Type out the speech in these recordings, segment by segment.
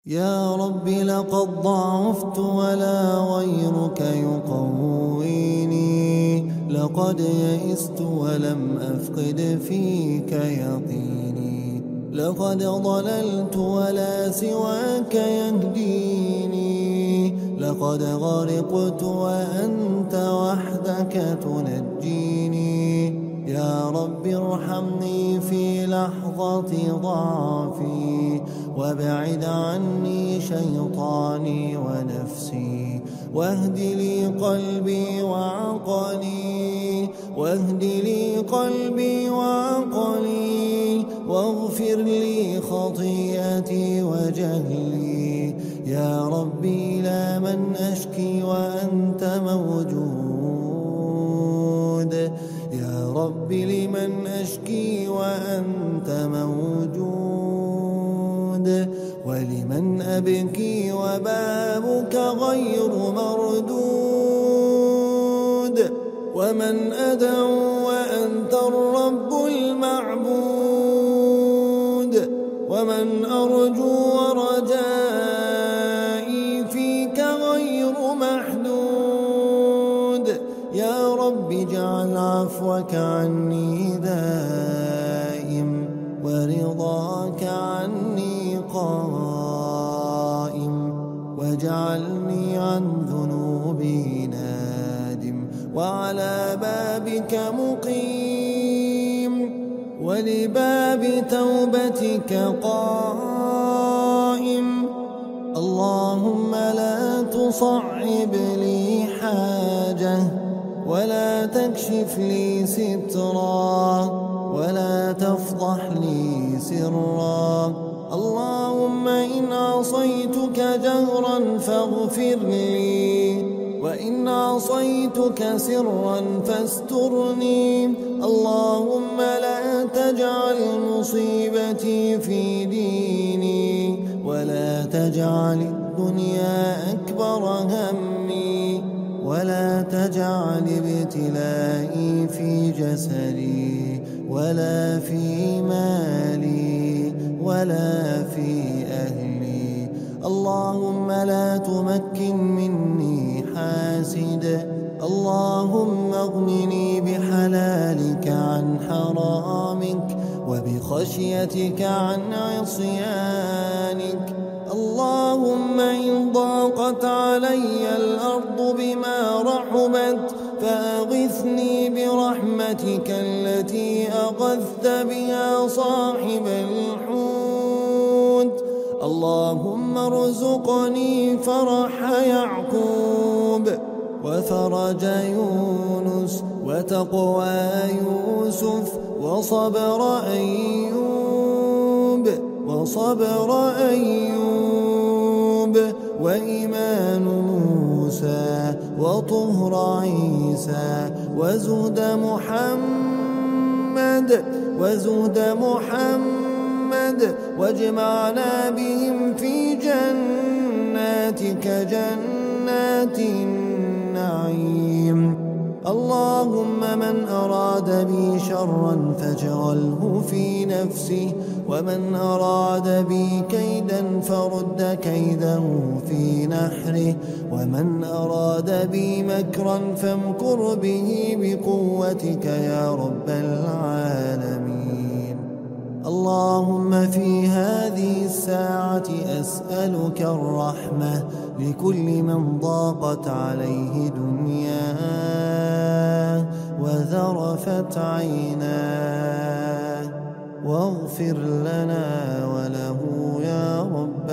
يا رب لقد ضعفت ولا غيرك يقويني، لقد يئست ولم أفقد فيك يقيني، لقد ضللت ولا سواك يهديني، لقد غرقت وأنت وحدك تنجيني. يا رب ارحمني في لحظة ضعفي، وابعد عني شيطاني ونفسي، واهد لي قلبي وعقلي، واهد لي قلبي وعقلي، واغفر لي خطيئتي وجهلي. يا ربي إلى من أشكي وأنت موجود، يا رب لمن أشكي وأنت موجود، ولمن أبكي وبابك غير مردود، ومن أدعو وأنت الرب المعبود، ومن أرجو ورجائي فيك غير محدود. يا رب اجعل عفوك عني دائم، ورضاك عني قائم، واجعلني عن ذنوبي نادم، وعلى بابك مقيم، ولباب توبتك قائم. اللهم لا تصعب لي حاجة، ولا تكشف لي سترا، ولا تفضح لي سرا. اللهم إن عصيتك جهرا فاغفر لي، وإن عصيتك سرا فاسترني. اللهم لا تجعل مصيبتي في ديني، ولا تجعل الدنيا أكبر همي، ولا تجعل ابتلائي في جسدي، ولا في مالي، ولا في أهلي. اللهم لا تمكن مني حاسد. اللهم اغنني بحلالك عن حرامك، وبخشيتك عن عصيانك. اللهم إن ضاقت علي الأرض بما رحبت فأغثني برحمتك التي أغثت بها صاحب الحوت. اللهم ارزقني فرح يعقوب، وفرج يونس، وتقوى يوسف، وصبر أيوب، وإيمان موسى، وطهر عيسى، وزهد محمد، واجمعنا بهم في جناتك جنات النعيم. اللهم من أراد بي شرا فاجعله في نفسه، ومن أراد بي كيدا فرد كيده في نحره، ومن أراد بي مكرا فامكر به بقوتك يا رب العالمين. اللهم في هذه الساعة أسألك الرحمة لكل من ضاقت عليه دنياه وذرفت عيناه، واغفر لنا وله يا رب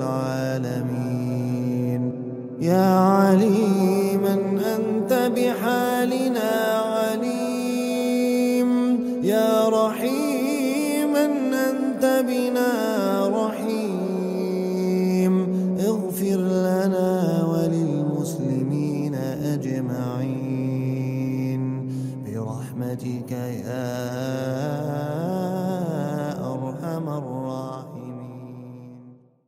العالمين. يا عليما أنت بحالنا عليم، يا رحيما أنت بنا رحيم. اغفر لنا وللمسلمين أجمعين برحمتك يا